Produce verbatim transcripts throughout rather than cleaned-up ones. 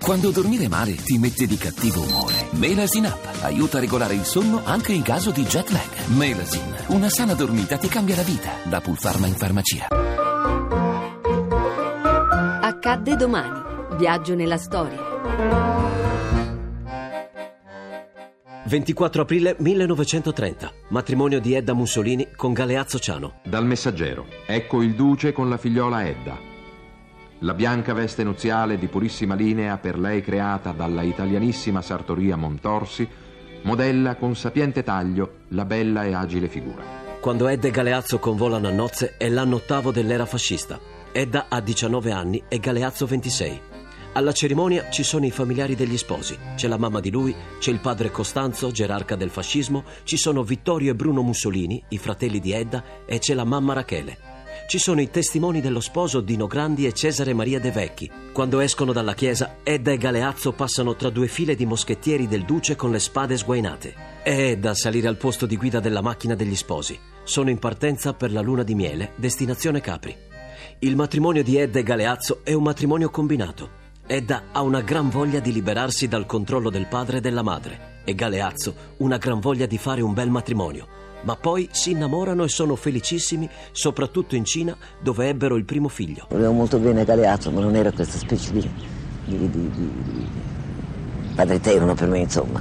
Quando dormire male ti mette di cattivo umore, Melasin Up aiuta a regolare il sonno anche in caso di jet lag. Melasin, una sana dormita ti cambia la vita. Da Pulpharma in farmacia. Accadde domani. Viaggio nella storia. ventiquattro aprile millenovecentotrenta. Matrimonio di Edda Mussolini con Galeazzo Ciano. Dal Messaggero. Ecco il duce con la figliola Edda. La bianca veste nuziale di purissima linea per lei creata dalla italianissima sartoria Montorsi modella con sapiente taglio la bella e agile figura. Quando Edda e Galeazzo convolano a nozze è l'anno ottavo dell'era fascista. Edda ha diciannove anni e Galeazzo ventisei. Alla cerimonia ci sono i familiari degli sposi. C'è la mamma di lui, c'è il padre Costanzo, gerarca del fascismo, ci sono Vittorio e Bruno Mussolini, i fratelli di Edda, e c'è la mamma Rachele. Ci sono i testimoni dello sposo Dino Grandi e Cesare Maria De Vecchi. Quando escono dalla chiesa, Edda e Galeazzo passano tra due file di moschettieri del duce con le spade sguainate. È Edda a salire al posto di guida della macchina degli sposi. Sono in partenza per la luna di miele, destinazione Capri. Il matrimonio di Edda e Galeazzo è un matrimonio combinato. Edda ha una gran voglia di liberarsi dal controllo del padre e della madre e Galeazzo una gran voglia di fare un bel matrimonio. Ma poi si innamorano e sono felicissimi, soprattutto in Cina, dove ebbero il primo figlio. Volevo molto bene Galeazzo, ma non era questa specie di, di, di, di, di padre eterno per me, insomma.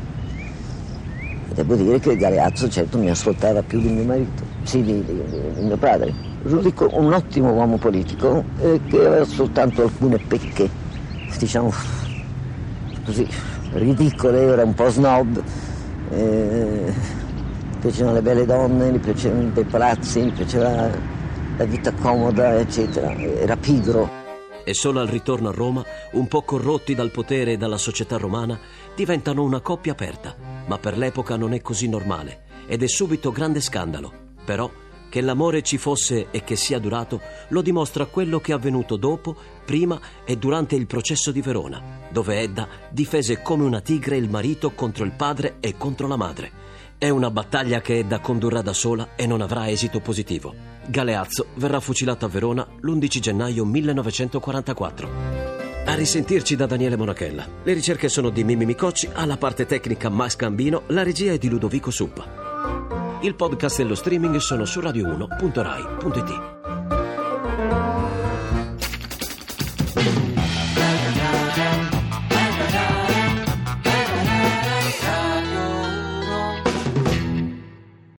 Devo dire che Galeazzo, certo, mi ascoltava più di mio marito, sì, di, di, di mio padre. Giudico un ottimo uomo politico eh, che aveva soltanto alcune pecche, diciamo così, ridicole, era un po' snob. Eh, gli piacevano le belle donne, gli piacevano i bei palazzi, gli piaceva la vita comoda, eccetera. Era pigro. E solo al ritorno a Roma, un po' corrotti dal potere e dalla società romana, diventano una coppia aperta. Ma per l'epoca non è così normale ed è subito grande scandalo. Però che l'amore ci fosse e che sia durato lo dimostra quello che è avvenuto dopo, prima e durante il processo di Verona, dove Edda difese come una tigre il marito contro il padre e contro la madre. È una battaglia che Edda condurrà da sola e non avrà esito positivo. Galeazzo verrà fucilato a Verona l'undici gennaio millenovecentoquarantaquattro. A risentirci da Daniele Monachella. Le ricerche sono di Mimmi Micocci, alla parte tecnica Max Gambino, la regia è di Ludovico Suppa. Il podcast e lo streaming sono su radio uno punto rai punto it.